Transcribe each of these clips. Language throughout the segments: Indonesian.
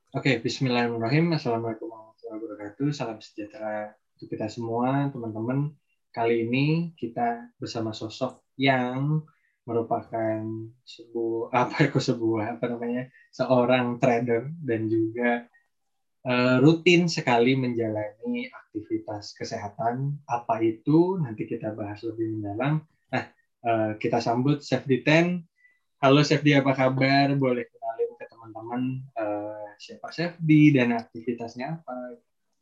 Oke, Bismillahirrahmanirrahim. Assalamualaikum warahmatullahi wabarakatuh. Salam sejahtera untuk kita semua, teman-teman. Kali ini kita bersama sosok yang merupakan seorang trader dan juga rutin sekali menjalani aktivitas kesehatan. Apa itu? Nanti kita bahas lebih mendalam. Nah, kita sambut Chef Diten. Halo Chefdi, apa kabar? Boleh kenalin ke teman-teman siapa Chefdi dan aktivitasnya apa?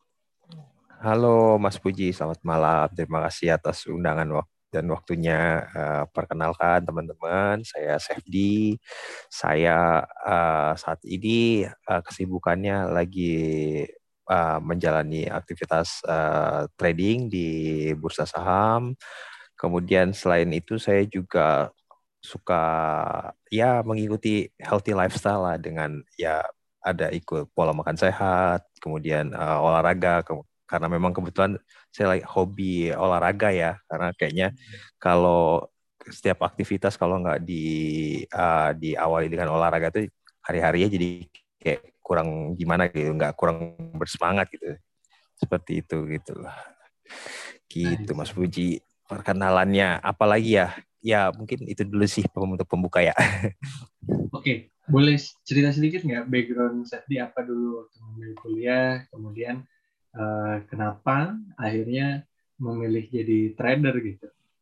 Halo Mas Puji, selamat malam. Terima kasih atas undangan dan waktunya. Perkenalkan teman-teman, saya Sefdi. Saya saat ini kesibukannya lagi menjalani aktivitas trading di bursa saham. Kemudian selain itu saya juga suka ya mengikuti healthy lifestyle lah dengan ya ada ikut pola makan sehat, kemudian olahraga, karena memang kebetulan saya hobi olahraga ya, karena kayaknya kalau setiap aktivitas kalau nggak diawali dengan olahraga tuh hari-harinya jadi kayak kurang gimana gitu, nggak kurang bersemangat gitu, seperti itu gitu lah. Gitu Mas Nice. Puji perkenalannya, apalagi ya, ya mungkin itu dulu sih untuk pembuka ya. Oke, boleh cerita sedikit nggak background Chefdi apa dulu waktu memilih kuliah, kemudian kenapa akhirnya memilih jadi trader gitu?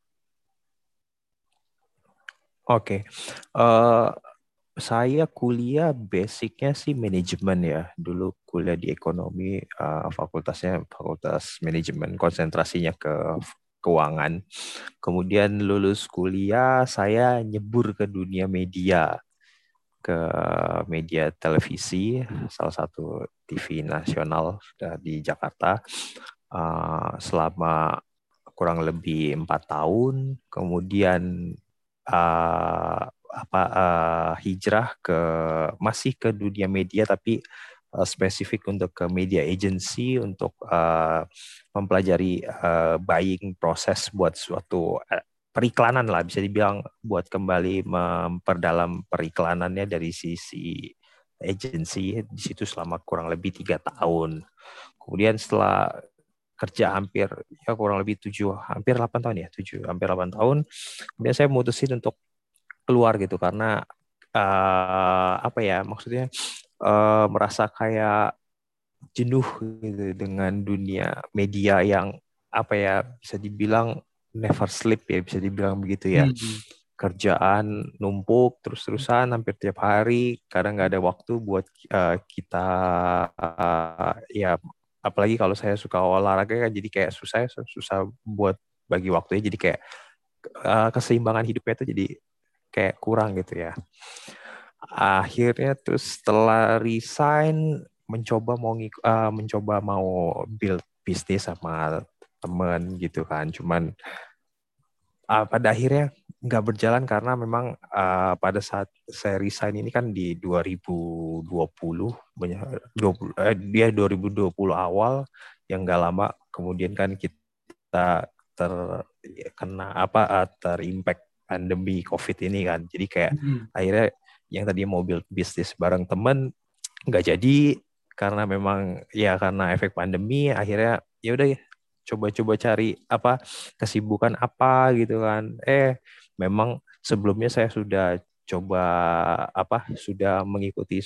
Oke. Eh, saya kuliah basicnya sih manajemen ya. Dulu kuliah di ekonomi, fakultasnya fakultas manajemen, konsentrasinya ke keuangan. Kemudian lulus kuliah, saya nyebur ke dunia media, ke media televisi, salah satu TV nasional di Jakarta, selama kurang lebih 4 tahun. Kemudian uh, hijrah masih ke dunia media, tapi spesifik untuk ke media agency untuk mempelajari buying proses buat suatu periklanan lah, bisa dibilang buat kembali memperdalam periklanannya dari sisi agency di situ selama kurang lebih 3 tahun. Kemudian setelah kerja hampir ya kurang lebih 7 hampir 8 tahun ya 7 hampir 8 tahun, kemudian saya memutusin untuk keluar gitu karena apa ya maksudnya, merasa kayak jenuh gitu dengan dunia media yang apa ya bisa dibilang never sleep ya, bisa dibilang begitu ya. Hmm. Kerjaan numpuk terus-terusan hampir tiap hari, kadang nggak ada waktu buat kita, ya apalagi kalau saya suka olahraga kan, jadi kayak susah buat bagi waktunya, jadi kayak keseimbangan hidupnya itu jadi kayak kurang gitu ya. Akhirnya terus setelah resign mencoba mau build bisnis sama temen gitu kan. Cuman pada akhirnya nggak berjalan karena memang pada saat saya resign ini kan di 2020, dia 2020 awal, yang nggak lama kemudian kan kita terkena terimpact pandemi COVID ini kan. Jadi kayak Hmm. akhirnya yang tadi mau build bisnis bareng temen nggak jadi, karena memang ya karena efek pandemi. Akhirnya ya udah ya, coba-coba cari kesibukan apa gitu kan. Memang sebelumnya saya sudah coba sudah mengikuti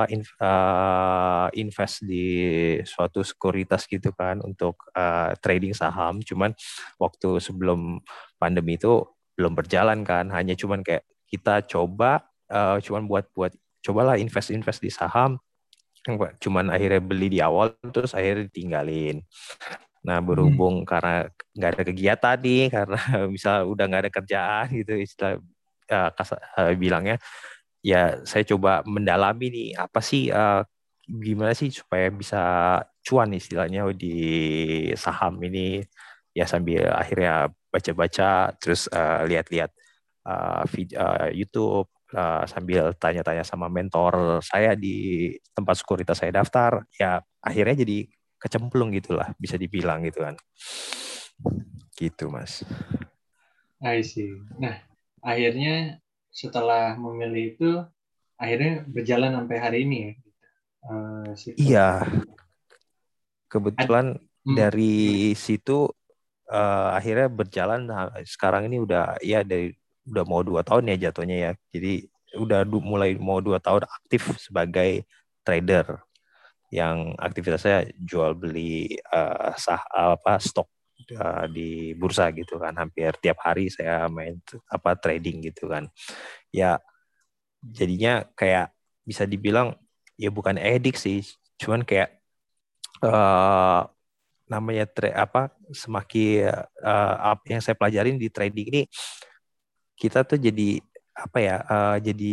invest di suatu sekuritas gitu kan untuk trading saham. Cuman waktu sebelum pandemi itu belum berjalan kan, hanya cuman kayak kita coba, cuman buat cobalah invest di saham, cuman akhirnya beli di awal terus akhirnya ditinggalin. Nah, Hmm. berhubung karena nggak ada kegiatan nih, karena misal udah nggak ada kerjaan gitu istilah bilangnya, ya saya coba mendalami nih apa sih, gimana sih supaya bisa cuan istilahnya di saham ini, ya sambil akhirnya baca-baca terus lihat-lihat YouTube, sambil tanya-tanya sama mentor saya di tempat sekuritas saya daftar, ya akhirnya jadi kecemplung gitulah bisa dibilang gitu kan, gitu Mas. I see. Nah, akhirnya setelah memilih itu, akhirnya berjalan sampai hari ini ya. siklus. Iya, kebetulan Gimana? dari situ akhirnya berjalan. Nah, sekarang ini udah mau 2 tahun ya jatuhnya ya. Jadi udah mulai mau 2 tahun aktif sebagai trader yang aktivitasnya jual beli stok di bursa gitu kan. Hampir tiap hari saya main trading gitu kan. Ya jadinya kayak bisa dibilang ya bukan edik sih, cuman kayak eh, namanya semakin apa yang saya pelajarin di trading ini, kita tuh jadi apa ya jadi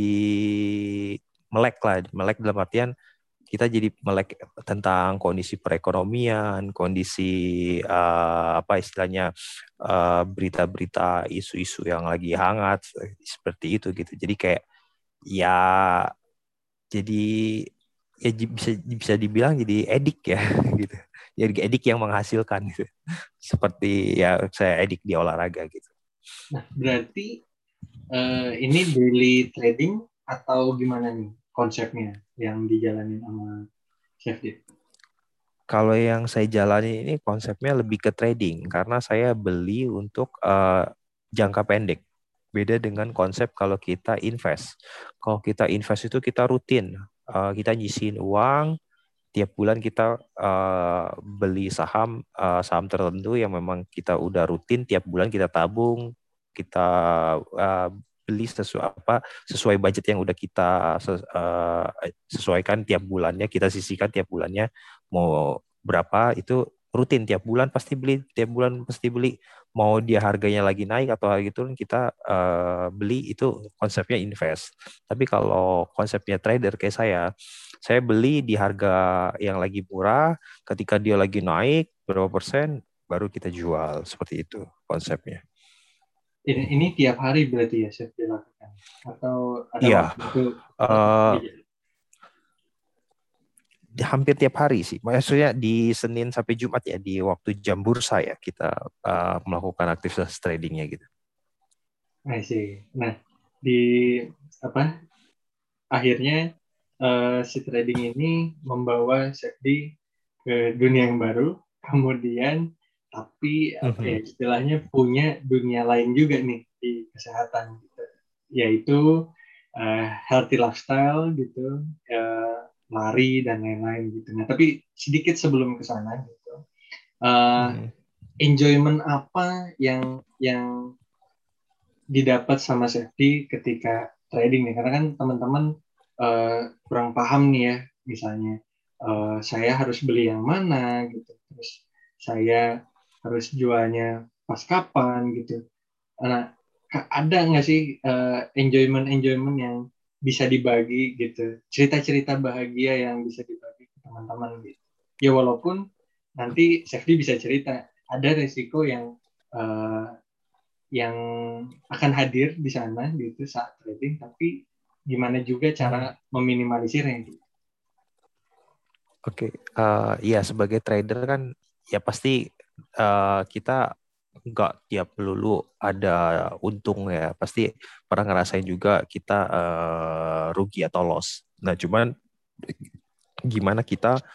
melek dalam artian kita jadi melek tentang kondisi perekonomian, kondisi apa istilahnya berita-berita isu-isu yang lagi hangat seperti itu gitu. Jadi kayak ya jadi bisa dibilang jadi edik ya gitu. Jadi edik yang menghasilkan gitu. Seperti ya saya edik di olahraga gitu. Nah, berarti ini daily trading atau gimana nih konsepnya yang dijalanin sama Chef Dit? Kalau yang saya jalani ini konsepnya lebih ke trading karena saya beli untuk jangka pendek. Beda dengan konsep kalau kita invest. Kalau kita invest itu kita rutin, kita nyisihin uang tiap bulan, kita beli saham tertentu yang memang kita udah rutin tiap bulan kita tabung, kita beli sesuai budget yang udah kita sesuaikan tiap bulannya, kita sisihkan tiap bulannya mau berapa, itu rutin tiap bulan pasti beli, mau dia harganya lagi naik atau harga turun kita beli, itu konsepnya invest. Tapi kalau konsepnya trader kayak saya beli di harga yang lagi murah, ketika dia lagi naik berapa persen baru kita jual, seperti itu konsepnya. Ini tiap hari berarti ya Chef dilakukan atau ada Iya, waktu itu uh, beda? hampir tiap hari sih. Maksudnya di Senin sampai Jumat ya, di waktu jam bursa ya kita melakukan aktivitas tradingnya gitu. I see. Nah, di apa akhirnya si trading ini membawa Sekdi ke dunia yang baru, kemudian tapi apa ya Mhm. istilahnya punya dunia lain juga nih di kesehatan gitu, yaitu healthy lifestyle gitu, lari dan lain-lain gitu. Nah, tapi sedikit sebelum ke sana gitu, uh, Mhm. enjoyment apa yang didapat sama Safety ketika trading nih? Karena kan teman-teman kurang paham nih ya, misalnya saya harus beli yang mana gitu, terus saya harus jualnya pas kapan gitu. Nah, ada nggak sih enjoyment yang bisa dibagi gitu, cerita-cerita bahagia yang bisa dibagi ke teman-teman gitu. Ya walaupun nanti Safety bisa cerita ada resiko uh, yang akan hadir di sana gitu saat trading, tapi gimana juga Mhm. cara meminimalisirnya gitu. Oke, ya sebagai trader kan ya pasti kita nggak tiap melulu ada untung ya, pasti pernah ngerasain juga kita rugi atau loss. Nah, cuman gimana kita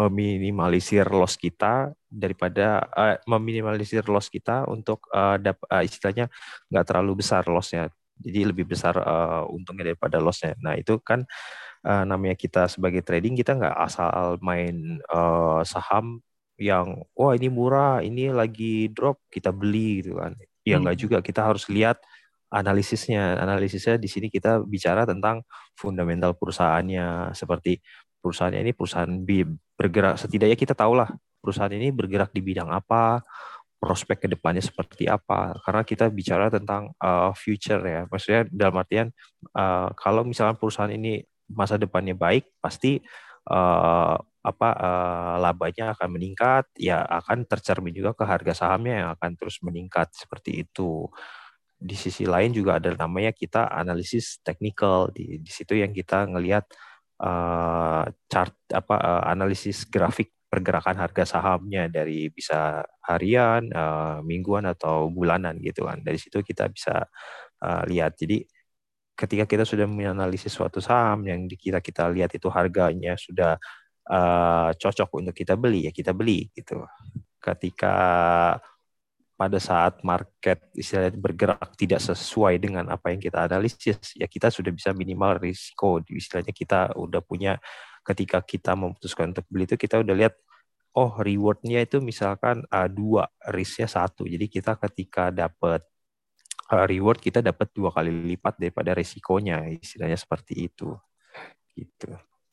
meminimalisir loss kita untuk istilahnya nggak terlalu besar lossnya, jadi lebih besar untungnya daripada lossnya. Nah itu kan namanya kita sebagai trading, kita nggak asal main saham yang wah ini murah, ini lagi drop kita beli gitu kan. Ya nggak Hmm. juga, kita harus lihat analisisnya di sini kita bicara tentang fundamental perusahaannya, seperti perusahaannya ini bergerak, setidaknya kita tahulah perusahaan ini bergerak di bidang apa, prospek ke depannya seperti apa. Karena kita bicara tentang future ya. Maksudnya dalam artian kalau misalnya perusahaan ini masa depannya baik, pasti labanya akan meningkat, ya akan tercermin juga ke harga sahamnya yang akan terus meningkat seperti itu. Di sisi lain juga ada namanya kita analisis teknikal, di situ yang kita ngelihat analisis grafik pergerakan harga sahamnya dari bisa harian, mingguan atau bulanan gitu kan. Dari situ kita bisa lihat. Jadi ketika kita sudah menganalisis suatu saham yang kita lihat itu harganya sudah cocok untuk kita beli, ya kita beli gitu. Ketika pada saat market istilahnya bergerak tidak sesuai dengan apa yang kita analisis, ya kita sudah bisa minimal risiko. Istilahnya kita udah punya, ketika kita memutuskan untuk beli itu kita udah lihat, oh rewardnya itu misalkan 2, risknya 1. Jadi kita ketika dapat reward, kita dapat 2 kali lipat daripada risikonya, istilahnya seperti itu. Gitu.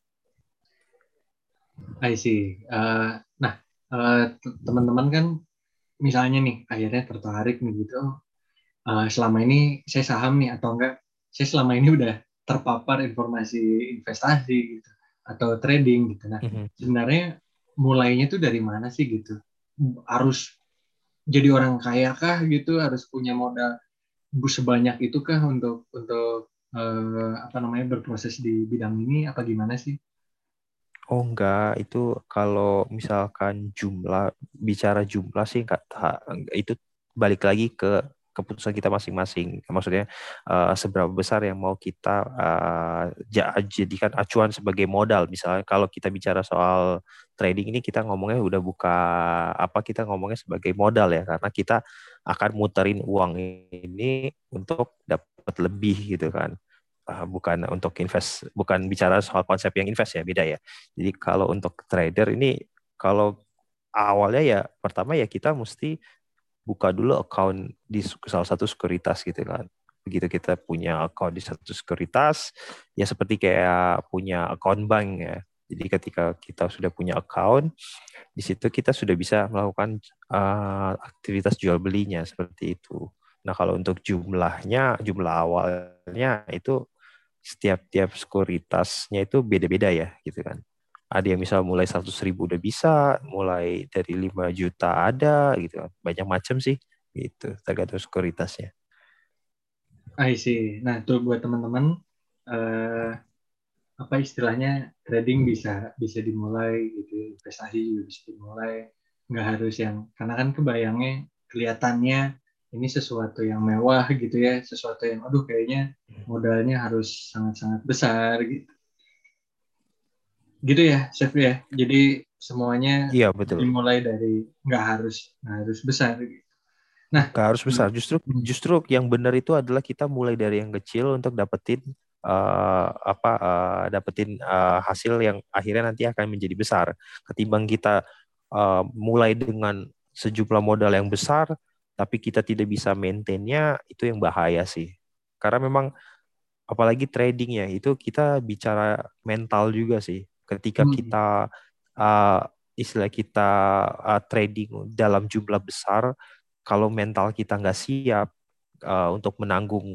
I see. Nah, teman-teman kan misalnya nih akhirnya tertarik nih gitu. Selama ini saya saham nih atau enggak, saya selama ini udah terpapar informasi investasi gitu atau trading gitu. Nah, Mhm. sebenarnya mulainya tuh dari mana sih gitu? Harus jadi orang kaya kah gitu? Harus punya modal sebanyak itu kah untuk apa namanya berproses di bidang ini apa gimana sih? Oh enggak, itu kalau misalkan bicara jumlah sih enggak, itu balik lagi ke keputusan kita masing-masing. Maksudnya seberapa besar yang mau kita jadikan acuan sebagai modal. Misalnya kalau kita bicara soal trading ini, kita ngomongnya udah kita ngomongnya sebagai modal ya, karena kita akan muterin uang ini untuk dapat lebih gitu kan. Bukan untuk invest, bukan bicara soal konsep yang invest ya, beda ya. Jadi kalau untuk trader ini, kalau awalnya ya pertama ya kita mesti buka dulu account di salah satu sekuritas gitu kan. Begitu kita punya account di satu sekuritas, ya seperti kayak punya account bank ya. Jadi ketika kita sudah punya account, di situ kita sudah bisa melakukan aktivitas jual belinya seperti itu. Nah kalau untuk jumlah awalnya itu setiap sekuritasnya itu beda-beda ya gitu kan. Ada yang misal mulai 100.000 udah bisa, mulai dari 5 juta ada gitu kan. Banyak macam sih gitu, tergantung sekuritasnya. I see. Nah, itu buat teman-teman eh, apa istilahnya trading bisa bisa dimulai gitu, investasi juga bisa dimulai. Nggak harus yang karena kan kebayangnya kelihatannya ini sesuatu yang mewah gitu ya, sesuatu yang aduh kayaknya modalnya harus sangat-sangat besar gitu. Gitu ya, Chef ya. Jadi semuanya Iya betul. dimulai dari nggak harus besar gitu. Nah, Gak harus besar. Justru justru yang benar itu adalah kita mulai dari yang kecil untuk dapetin hasil yang akhirnya nanti akan menjadi besar. Ketimbang kita mulai dengan sejumlah modal yang besar, tapi kita tidak bisa maintainnya, itu yang bahaya sih. Karena memang apalagi trading ya, itu kita bicara mental juga sih. Ketika hmm, kita uh, istilah kita trading dalam jumlah besar, kalau mental kita nggak siap untuk menanggung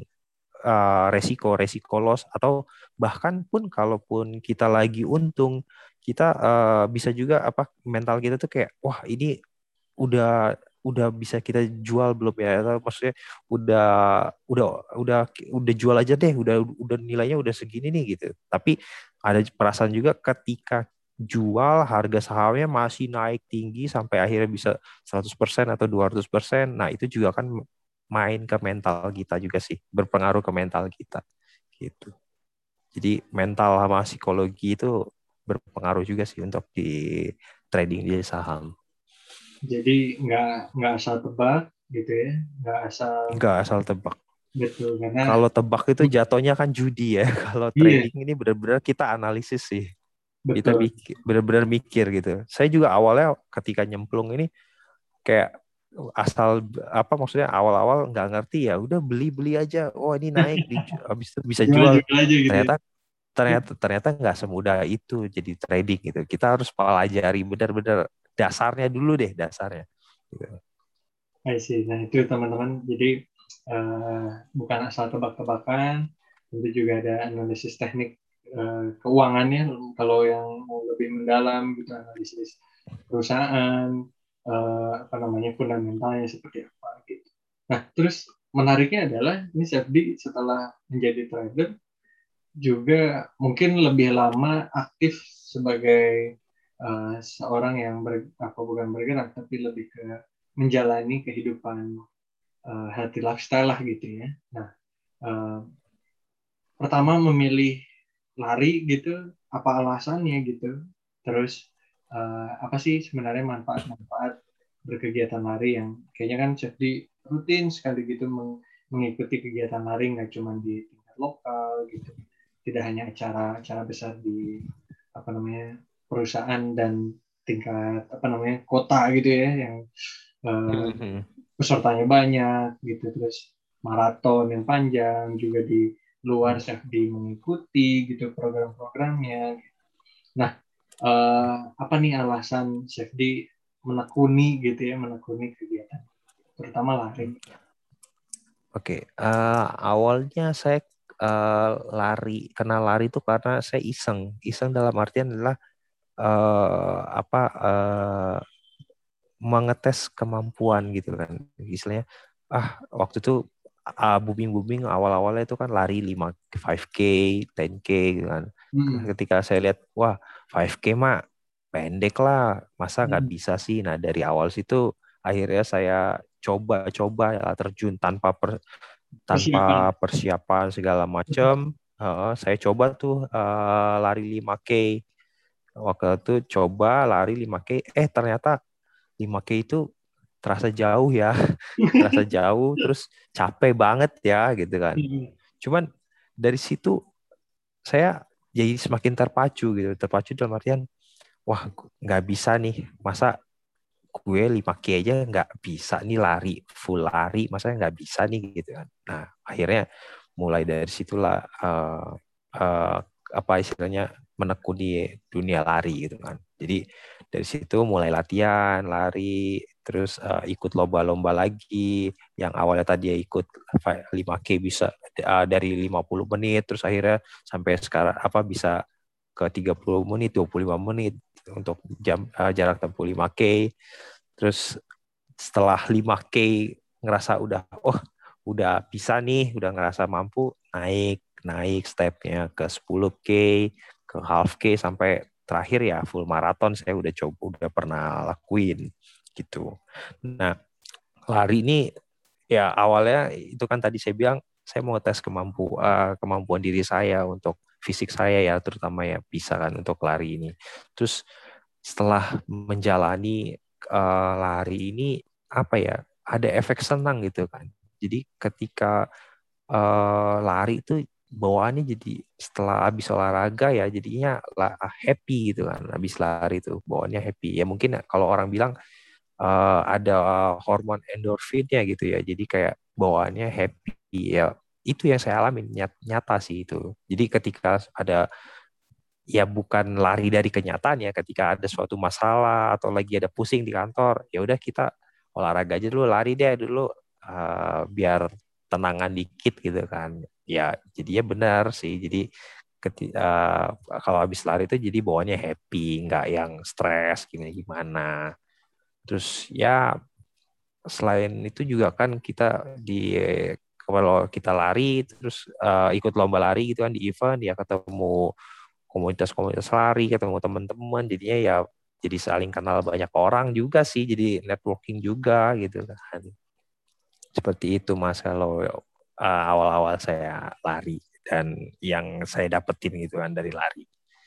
resiko loss, atau bahkan pun kalaupun kita lagi untung, kita bisa juga mental kita tuh kayak, wah ini udah udah bisa kita jual belum ya, atau maksudnya udah udah udah udah jual aja deh, udah nilainya udah segini nih gitu. Tapi ada perasaan juga ketika jual, harga sahamnya masih naik tinggi sampai akhirnya bisa 100% atau 200%. Nah itu juga kan main ke mental kita juga sih, berpengaruh ke mental kita gitu. Jadi mental sama psikologi itu berpengaruh juga sih untuk di trading di saham. jadi nggak asal tebak gitu ya, nggak asal Nggak asal tebak. betul karena Kalau tebak itu jatuhnya kan judi ya. Kalau iya trading ini benar-benar kita analisis sih. Kita betul. benar-benar mikir gitu. Saya juga awalnya ketika nyemplung ini kayak asal maksudnya awal-awal nggak ngerti, ya udah beli-beli aja. Oh ini naik, habis itu bisa Jual jual. jual aja gitu ya. Ternyata ternyata ternyata nggak semudah itu jadi trading gitu. Kita harus pelajari benar-benar dasarnya dulu deh, dasarnya. Gitu. I see. Nah itu teman-teman jadi bukan asal tebak-tebakan, tentu juga ada analisis teknik keuangannya kalau yang mau lebih mendalam gitu analisis perusahaan apa namanya fundamentalnya seperti apa gitu. Nah terus menariknya adalah ini Safdi setelah menjadi trader juga mungkin lebih lama aktif sebagai seorang yang apa bukan bergerak tapi lebih ke menjalani kehidupan healthy lifestyle lah gitu ya. Nah, uh, pertama memilih lari gitu, apa alasannya gitu? Terus apa sih sebenarnya manfaat-manfaat berkegiatan lari yang kayaknya kan Chefdi rutin sekali gitu mengikuti kegiatan lari nggak cuma di tingkat lokal gitu, tidak hanya acara-acara besar di apa namanya perusahaan dan tingkat apa namanya kota gitu ya yang eh, pesertanya banyak gitu, terus maraton yang panjang juga di luar Chefdi mengikuti gitu program-programnya. Nah, apa nih alasan Chefdi menekuni gitu ya, menekuni kegiatan, terutama lari? Oke, awalnya saya kenal lari itu karena saya iseng dalam artian adalah apa mengetes kemampuan gitu kan, istilahnya waktu itu booming awal-awalnya itu kan lari 5K, 10K gitu kan. Hmm. Ketika saya lihat, wah 5K mah pendek lah, masa nggak Hmm. bisa sih. Nah dari awal situ akhirnya saya coba-coba ya, terjun Persiapan. tanpa persiapan segala macam. Saya coba tuh lari 5K. Waktu itu coba lari 5K, ternyata 5K itu terasa jauh ya, terasa jauh, terus capek banget ya gitu kan. Cuman dari situ saya jadi semakin terpacu gitu, terpacu dalam artian, wah nggak bisa nih, masa gue 5K aja nggak bisa nih lari, full lari, masa nggak bisa nih gitu kan. Nah akhirnya mulai dari situlah uh, apa istilahnya menekuni dunia lari gitu kan. Jadi dari situ mulai latihan lari, terus ikut lomba-lomba lagi. Yang awalnya tadi ya ikut 5K bisa dari 50 menit, terus akhirnya sampai sekarang apa bisa ke 30 menit, 25 menit untuk jarak tempuh 5K. Terus setelah 5K ngerasa udah bisa nih, udah ngerasa mampu, naik naik stepnya ke 10K, ke half K, sampai terakhir ya full maraton saya udah coba, udah pernah lakuin gitu. Nah, lari ini ya awalnya itu kan tadi saya bilang saya mau tes kemampuan diri saya untuk fisik saya ya, terutama ya bisa kan untuk lari ini. Terus setelah menjalani lari ini apa ya, ada efek senang gitu kan. Jadi ketika lari itu bawaannya jadi setelah habis olahraga ya jadinya happy gitu kan, habis lari itu bawaannya happy ya. Mungkin kalau orang bilang ada hormon endorfinnya gitu ya, jadi kayak bawaannya happy ya. Itu yang saya alami, nyata sih itu. Jadi ketika ada, ya bukan lari dari kenyataan ya, ketika ada suatu masalah atau lagi ada pusing di kantor, ya udah kita olahraga aja dulu, lari deh dulu, biar tenangan dikit gitu kan. Ya jadinya benar sih, jadi kalau habis lari itu jadi bawaannya happy, nggak yang stres gimana gimana. Terus ya selain itu juga kan kita kalau kita lari terus ikut lomba lari gitu kan di event, ya ketemu komunitas-komunitas lari, ketemu teman-teman, jadinya ya jadi saling kenal banyak orang juga sih, jadi networking juga gitu kan. Seperti itu Mas kalau awal-awal saya lari dan yang saya dapetin gitu kan dari lari.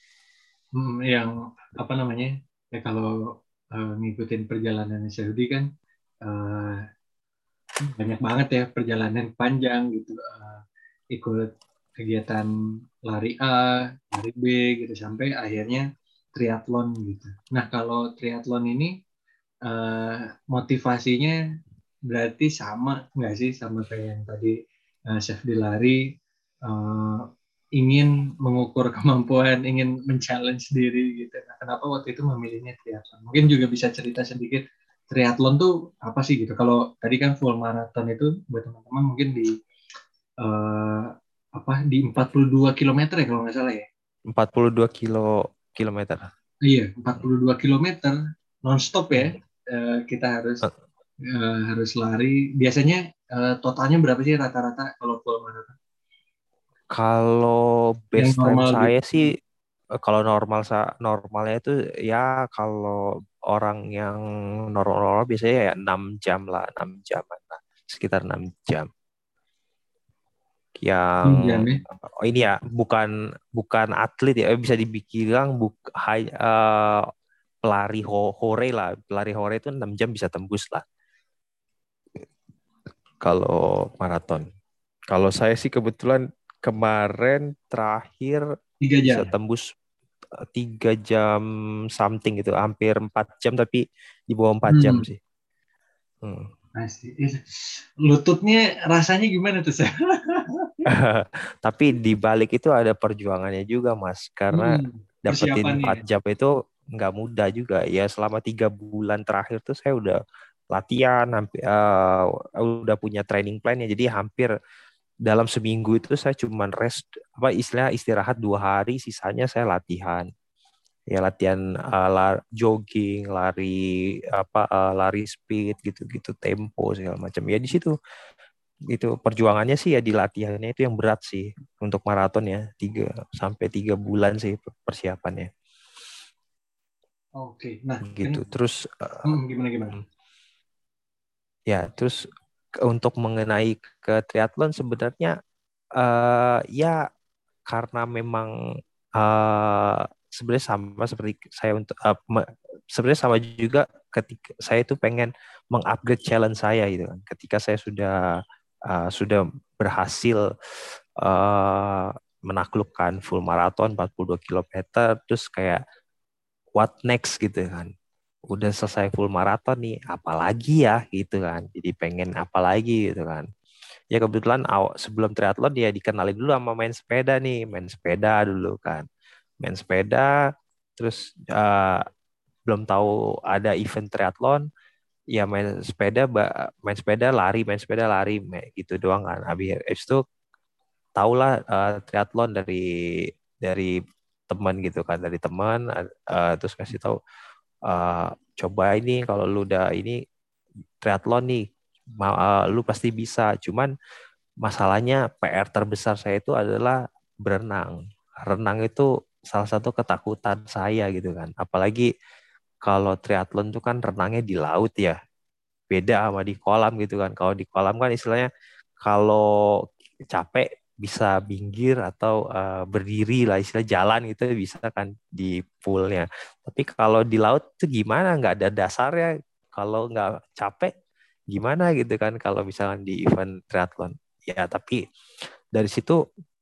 Yang apa namanya ya kalau ngikutin perjalanan Saudi kan eh, banyak banget ya perjalanan panjang gitu, ikut kegiatan lari A, lari B gitu sampai akhirnya triathlon gitu. Nah kalau triathlon ini eh, motivasinya berarti sama nggak sih sama kayak yang tadi Chef di lari, eh, ingin mengukur kemampuan, ingin men-challenge diri gitu. Nah, kenapa waktu itu memilihnya triathlon? Mungkin juga bisa cerita sedikit triathlon tuh apa sih gitu. Kalau tadi kan full marathon itu buat teman-teman mungkin di eh, apa di 42 kilometer ya kalau nggak salah ya. 42 kilometer. Iya, 42 kilometer nonstop ya. Hmm. Kita harus lari. Biasanya totalnya berapa sih rata-rata kalau full marathon? Kalau Yang best time normal gitu. saya sih, kalau normalnya itu ya, kalau orang yang normal biasanya ya 6 jam lah, 6 jam lah, sekitar 6 jam yang Jam ya. ini ya bukan bukan atlet ya, bisa dibilang pelari hore lah. Pelari hore itu 6 jam bisa tembus lah kalau maraton. Kalau saya sih kebetulan kemarin terakhir 3 jam. bisa tembus 3 jam something gitu, hampir 4 jam tapi di bawah 4 jam Hmm. sih. Hmm. Asik. Lututnya rasanya gimana tuh, Seth? Tapi di balik itu ada perjuangannya juga, Mas. Karena dapetin Persiapannya. 4 jam itu nggak mudah juga. Ya selama 3 bulan terakhir tuh saya udah latihan, hampir, udah punya training plan ya. Jadi hampir dalam seminggu itu saya cuman rest, apa istilah istirahat 2 hari, sisanya saya latihan. Ya latihan jogging, lari speed gitu-gitu, tempo segala macam. Ya di situ itu perjuangannya sih ya di latihannya itu yang berat sih untuk maraton ya 3 sampai 3 bulan sih persiapannya Oke. Nah, gitu terus gimana gimana? ya terus untuk mengenai ke triathlon sebenarnya ya karena memang sebenarnya sama seperti saya untuk sebenarnya sama juga ketika saya itu pengen mengupgrade challenge saya gitu kan ketika saya sudah berhasil uh, menaklukkan full maraton 42 kilometer terus kayak what next gitu kan udah selesai full maraton nih apalagi ya gitu kan jadi pengen apalagi gitu kan ya kebetulan sebelum triathlon dia dikenalin dulu sama main sepeda dulu kan main sepeda terus belum tahu ada event triathlon ya main sepeda lari gitu doang kan habis itu tahulah triathlon dari teman gitu kan dari teman terus kasih tahu uh, coba ini kalau lu udah ini triathlon nih lu pasti bisa cuman masalahnya PR terbesar saya itu adalah berenang renang itu salah satu ketakutan saya gitu kan apalagi kalau triathlon itu kan renangnya di laut ya beda sama di kolam gitu kan. Kalau di kolam kan istilahnya kalau capek bisa minggir atau berdiri lah istilah jalan gitu bisa kan di poolnya. Tapi kalau di laut tuh gimana? Nggak ada dasarnya. Kalau nggak capek gimana gitu kan kalau misalnya di event triathlon. Ya tapi dari situ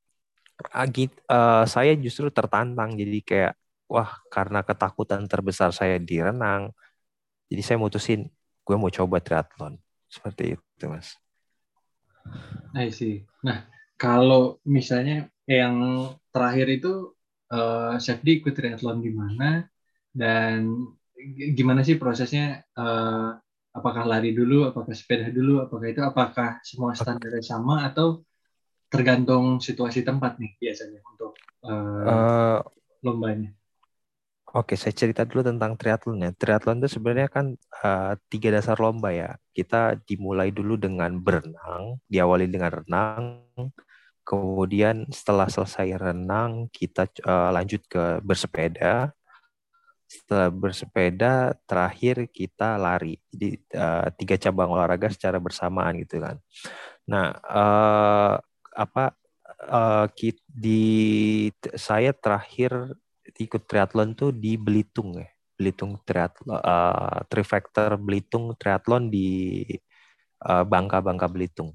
saya justru tertantang jadi kayak wah karena ketakutan terbesar saya di renang jadi saya mutusin gue mau coba triathlon. Seperti itu, Mas. I see. Nah, kalau misalnya yang terakhir itu Chefdi ikut triathlon di mana dan gimana sih prosesnya? Apakah lari dulu, apakah sepeda dulu, apakah semua Oke, standarnya sama atau tergantung situasi tempat nih biasanya untuk Eh, lombanya? oke, saya cerita dulu tentang triathlon ya. Triathlon itu sebenarnya kan 3 dasar lomba ya. Kita dimulai dulu dengan berenang, diawali dengan renang, kemudian setelah selesai renang kita lanjut ke bersepeda. Setelah bersepeda, terakhir kita lari. Jadi 3 cabang olahraga secara bersamaan gitu kan. Nah, apa di saya terakhir ikut triathlon tuh di Belitung ya. Belitung triathlon Trifecta Belitung triathlon di Bangka Belitung.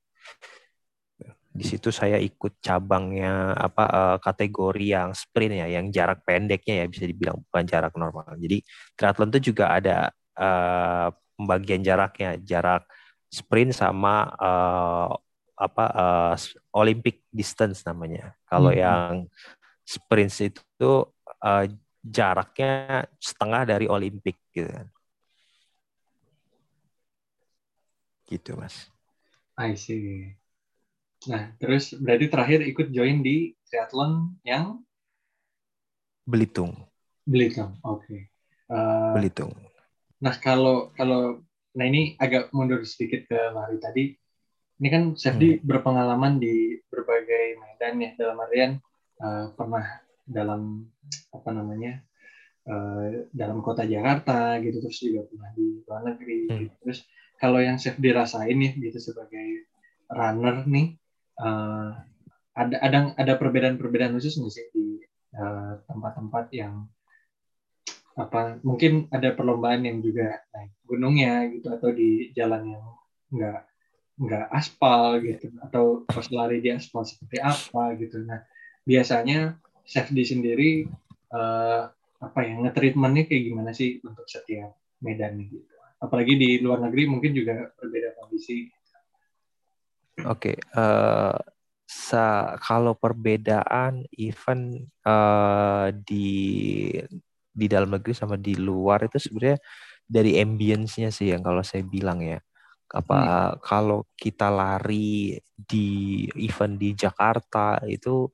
Di situ saya ikut cabangnya kategori yang sprint ya, yang jarak pendeknya ya bisa dibilang bukan jarak normal. Jadi triathlon itu juga ada pembagian jaraknya, jarak sprint sama Olympic distance namanya. Kalau Hmm, yang sprint itu uh, jaraknya setengah dari Olympic gitu kan. Gitu, Mas. I see. Nah, terus berarti terakhir ikut join di triathlon yang Belitung, Belitung. Oke. Eh, Belitung. nah, kalau kalau nah ini agak mundur sedikit ke lari tadi. Ini kan Hmm. Safdi berpengalaman di berbagai medan ya dalam artian pernah dalam apa namanya dalam kota Jakarta gitu terus juga pernah di luar negeri Hmm. gitu. Terus kalau yang Safdi rasain nih gitu sebagai runner nih uh, ada perbedaan-perbedaan khusus nggak sih di tempat-tempat yang apa mungkin ada perlombaan yang juga naik gunungnya gitu atau di jalan yang nggak nggak aspal Iya. gitu atau pas lari di aspal seperti apa gitu. Nah biasanya Chef D sendiri eh, apa ya nge-treatmentnya kayak gimana sih untuk setiap medan gitu. Apalagi di luar negeri mungkin juga berbeda kondisi. Oke, kalau perbedaan event di dalam negeri sama di luar itu sebenarnya dari ambience-nya sih yang kalau saya bilang ya. Apa Hmm. kalau kita lari di event di Jakarta itu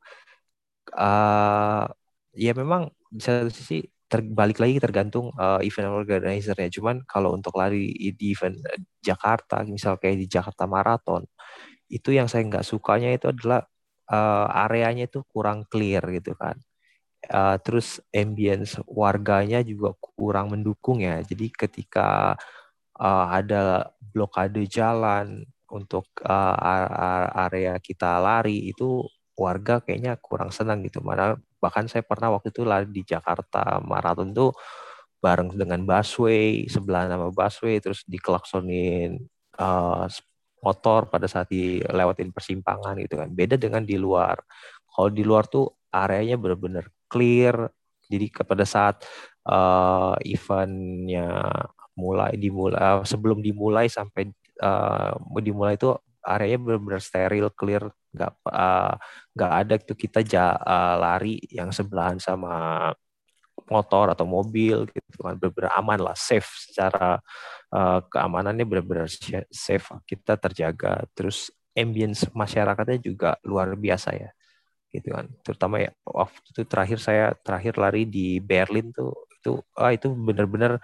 ya memang di satu sisi balik lagi tergantung event organizer-nya. Cuman kalau untuk lari di event Jakarta, misal kayak di Jakarta Marathon, itu yang saya nggak sukanya itu adalah areanya itu kurang clear gitu kan. Terus ambience warganya juga kurang mendukung ya. Jadi ketika ada blokade jalan untuk area kita lari itu warga kayaknya kurang senang gitu. Mana bahkan saya pernah waktu itu lari di Jakarta Marathon tuh bareng dengan busway, sebelah nama busway, terus dikelaksonin uh, motor pada saat dilewatin persimpangan gitu kan. Beda dengan di luar. Kalau di luar tuh areanya benar-benar clear. Jadi pada saat eventnya sebelum dimulai sampai dimulai itu areanya benar-benar steril, clear, nggak ada tuh kita lari yang sebelahan sama motor atau mobil gitu kan benar-benar aman lah, safe secara keamanannya benar-benar safe, kita terjaga. Terus ambience masyarakatnya juga luar biasa ya gitu kan, terutama ya waktu itu saya terakhir lari di Berlin tuh itu benar-benar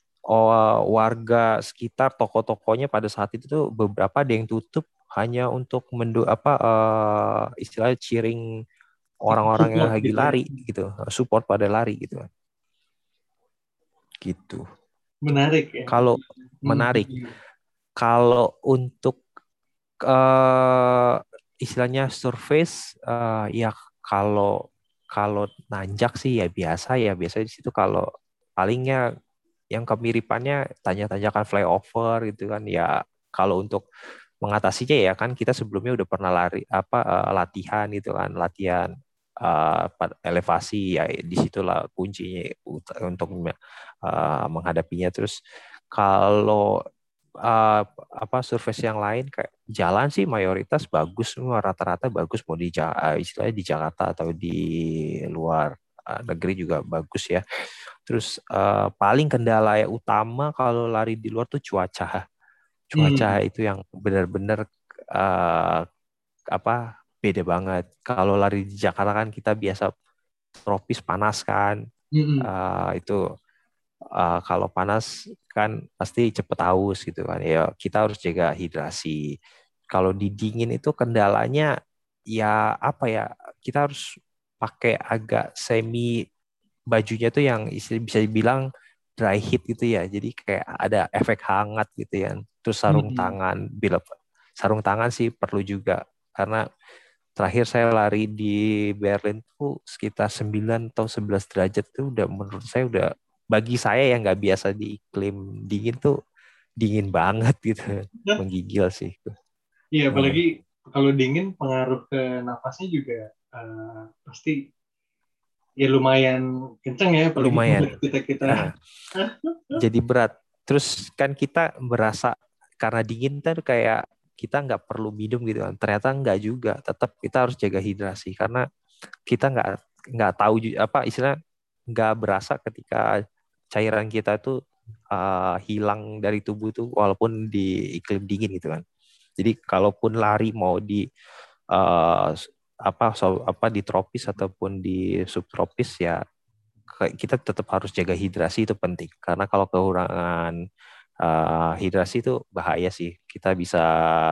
warga sekitar toko-tokonya pada saat itu tuh beberapa ada yang tutup hanya untuk istilahnya cheering orang-orang yang Support lagi gitu ya. lari gitu, support pada lari gitu kan. Gitu. Menarik ya. Kalau Hmm. menarik, kalau untuk eh, istilahnya surface, ya kalau kalau nanjak sih ya biasa ya, biasanya di situ kalau palingnya yang kemiripannya tanya-tanyakan flyover gitu kan ya. Kalau untuk mengatasinya ya kan kita sebelumnya udah pernah latihan gitu kan, latihan elevasi ya, disitulah kuncinya untuk menghadapinya. Terus kalau uh, surface yang lain kayak jalan sih mayoritas bagus semua, rata-rata bagus, mau istilahnya di Jakarta atau di luar negeri juga bagus ya. Terus paling kendala yang utama kalau lari di luar tuh cuaca. Cuaca Hmm. itu yang benar-benar uh, beda banget. Kalau lari di Jakarta kan kita biasa tropis panas kan. Hmm. Itu kalau panas kan pasti cepet haus gitu kan. Ya kita harus jaga hidrasi. Kalau di dingin itu kendalanya ya apa ya? Kita harus pakai agak semi, bajunya tuh yang bisa dibilang dry heat gitu ya. Jadi kayak ada efek hangat gitu ya. Terus Hmm. sarung tangan sih perlu juga karena terakhir saya lari di Berlin tuh sekitar 9 atau 11 derajat tuh udah, menurut saya udah, bagi saya yang nggak biasa di iklim dingin tuh dingin banget gitu. Nah, Menggigil sih. iya Hmm, apalagi kalau dingin pengaruh ke nafasnya juga pasti ya lumayan kenceng ya apalagi lumayan. buat kita kita. Ah, jadi berat. Terus kan kita berasa karena dingin kan kayak kita nggak perlu minum gitu kan. Ternyata nggak juga. Tetap kita harus jaga hidrasi karena kita nggak tahu istilah, nggak berasa ketika cairan kita itu hilang dari tubuh tuh walaupun di iklim dingin gitu kan. Jadi kalaupun lari mau di uh, di tropis ataupun di subtropis ya kita tetap harus jaga hidrasi, itu penting karena kalau kekurangan hidrasi itu bahaya sih, kita bisa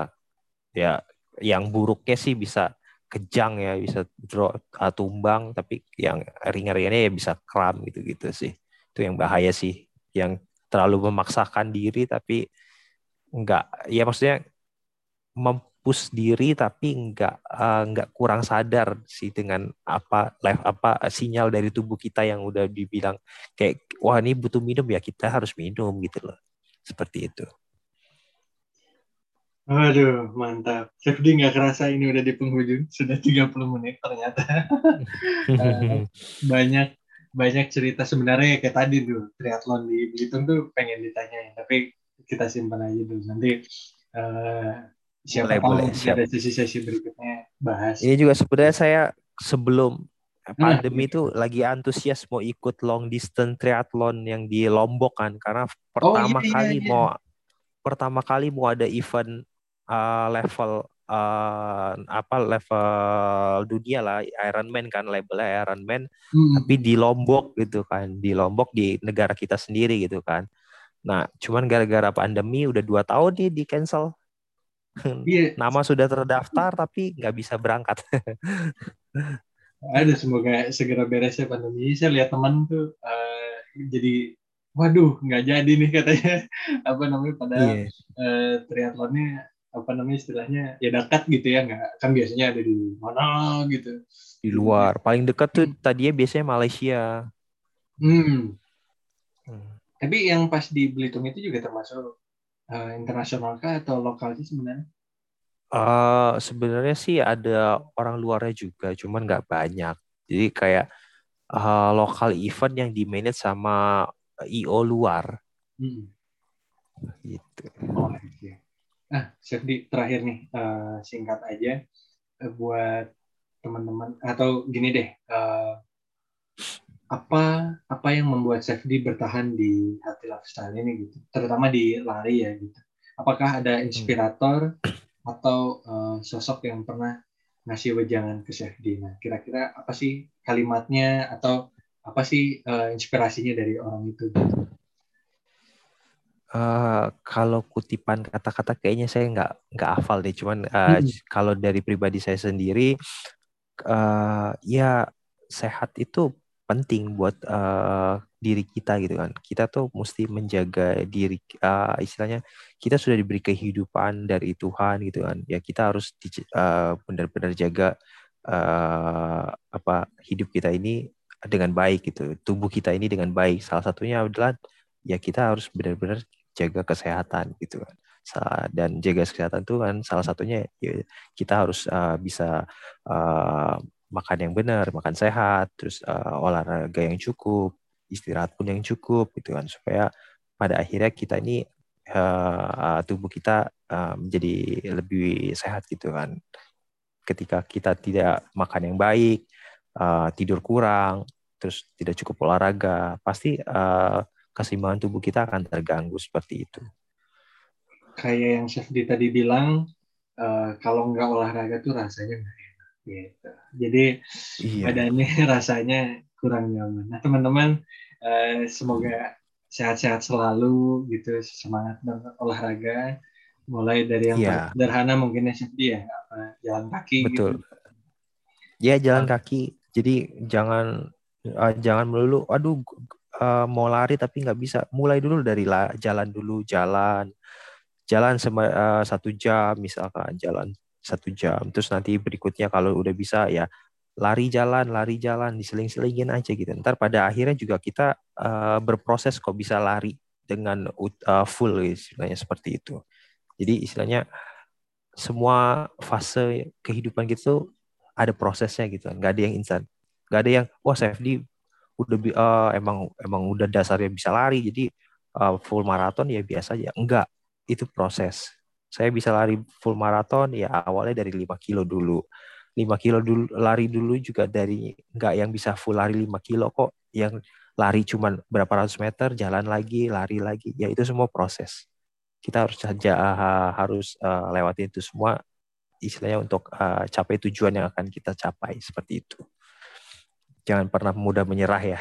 ya yang buruknya sih bisa kejang ya, bisa tumbang, tapi yang ringan-ringannya ya bisa kram gitu-gitu sih. Itu yang bahaya sih, yang terlalu memaksakan diri tapi enggak, ya maksudnya push diri tapi nggak kurang sadar sih dengan apa sinyal dari tubuh kita yang udah dibilang kayak wah ini butuh minum ya kita harus minum gitu loh. Seperti itu. Aduh, mantap. Safety nggak kerasa ini udah di penghujung, sudah 30 menit ternyata. Eh, banyak banyak cerita sebenarnya kayak tadi tuh, triathlon di Belitung tuh pengen ditanyain, tapi kita simpan aja dulu. Nanti eh, siapa Boleh tahu boleh mungkin siap. ada sesi-sesi berikutnya bahas. Ini juga sebenarnya saya sebelum Nah, pandemi itu lagi antusias mau ikut long distance triathlon yang di Lombok kan karena oh iya pertama iya kali iya. mau ada event level level dunia lah Ironman kan labelnya Ironman tapi Hmm. di Lombok gitu kan di Lombok di negara kita sendiri gitu kan. Nah cuman gara-gara pandemi udah 2 tahun nih di cancel. Iya, Nama sudah terdaftar tapi nggak bisa berangkat. ada semoga segera beres ya pandemi. Saya lihat teman tuh jadi, waduh, nggak jadi nih katanya. Apa namanya? Padahal Iya. triathlonnya apa namanya istilahnya ya dekat gitu ya, nggak kan biasanya ada di mana gitu. Di Jadi dia, luar paling dekat tuh hmm, tadinya biasanya Malaysia. hmm. Hmm. Tapi yang pas di Belitung itu juga termasuk internasional kah atau lokal sih sebenarnya? Sebenarnya sih ada orang luarnya juga, cuman nggak banyak. Jadi kayak lokal event yang di manage sama IO luar Hmm. gitu. Oh, iya. Chef di terakhir nih, singkat aja buat teman-teman atau gini deh, apa apa yang membuat Safety bertahan di Healthy Lifestyle ini gitu, terutama di lari ya gitu. Apakah ada Hmm. inspirator atau sosok yang pernah ngasih wejangan ke Safety? Nah, kira-kira apa sih kalimatnya atau apa sih inspirasinya dari orang itu gitu? Kalau kutipan kata-kata kayaknya saya nggak hafal deh. Cuman Hmm. kalau dari pribadi saya sendiri, ya sehat itu penting buat diri kita gitu kan. Kita tuh mesti menjaga diri, istilahnya kita sudah diberi kehidupan dari Tuhan gitu kan. Ya kita harus benar-benar jaga hidup kita ini dengan baik gitu, tubuh kita ini dengan baik. Salah satunya adalah ya kita harus benar-benar jaga kesehatan gitu kan. Dan jaga kesehatan itu kan salah satunya ya, kita harus bisa uh, makan yang benar, makan sehat, terus olahraga yang cukup, istirahat pun yang cukup gitu kan supaya pada akhirnya kita ini tubuh kita menjadi lebih sehat gitu kan. Ketika kita tidak makan yang baik, tidur kurang, terus tidak cukup olahraga, pasti keseimbangan tubuh kita akan terganggu seperti itu. Kayak yang Chef Di tadi bilang, kalau nggak olahraga tuh rasanya nggak enak gitu. Jadi Iya, badannya rasanya kurang nyaman. Nah teman-teman, semoga sehat-sehat selalu gitu, semangat berolahraga. Mulai dari yang paling iya, sederhana mungkin ya Chef Di ya, jalan kaki gitu. betul. Ya jalan Uh, kaki. Jadi jangan melulu, aduh mau lari tapi nggak bisa. Mulai dulu dari jalan dulu, jalan 1 jam misalkan, jalan 1 jam. Terus nanti berikutnya kalau udah bisa ya lari jalan, diseling-selingin aja gitu. Ntar pada akhirnya juga kita berproses kok bisa lari dengan full istilahnya seperti itu. Jadi istilahnya semua fase kehidupan gitu ada prosesnya gitu, nggak ada yang instan, nggak ada yang wah Safety udah emang emang udah dasarnya bisa lari jadi full maraton ya biasa aja, enggak, itu proses. Saya bisa lari full maraton ya awalnya dari 5 kilo dulu, 5 kilo dulu lari dulu juga dari enggak yang bisa full lari 5 kilo kok, yang lari cuman berapa ratus meter jalan lagi lari lagi ya itu semua proses. Kita harus saja lewatin itu semua istilahnya untuk capai tujuan yang akan kita capai seperti itu. Jangan pernah mudah menyerah ya.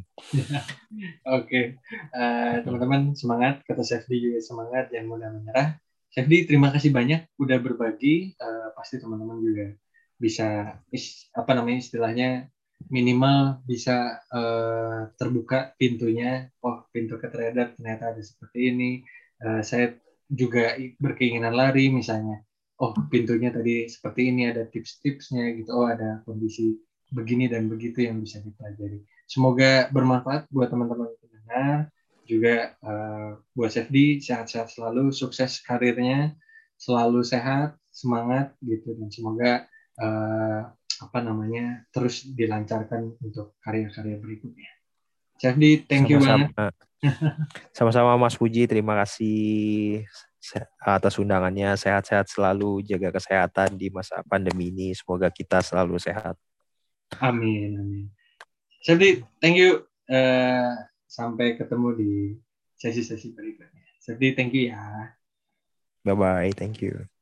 Oke, teman-teman semangat, kata Safety juga semangat, jangan mudah menyerah. Safety, terima kasih banyak udah berbagi. Pasti teman-teman juga bisa, apa namanya istilahnya, minimal bisa terbuka pintunya. Oh, pintu ke trader ternyata ada seperti ini. Saya juga berkeinginan lari misalnya. oh pintunya tadi seperti ini, ada tips-tipsnya gitu, oh ada kondisi begini dan begitu yang bisa dipelajari. Semoga bermanfaat buat teman-teman pendengar, juga buat Safety sehat-sehat selalu, sukses karirnya, selalu sehat, semangat gitu, dan semoga apa namanya terus dilancarkan untuk karya-karya berikutnya. Safety, thank you banget. Sama-sama. Sama-sama Mas Puji, terima kasih atas undangannya. Sehat-sehat selalu, jaga kesehatan di masa pandemi ini. Semoga kita selalu sehat. Amin, amin. Safety, thank you. Sampai ketemu di sesi-sesi berikutnya. Safety, thank you ya. Bye-bye, thank you.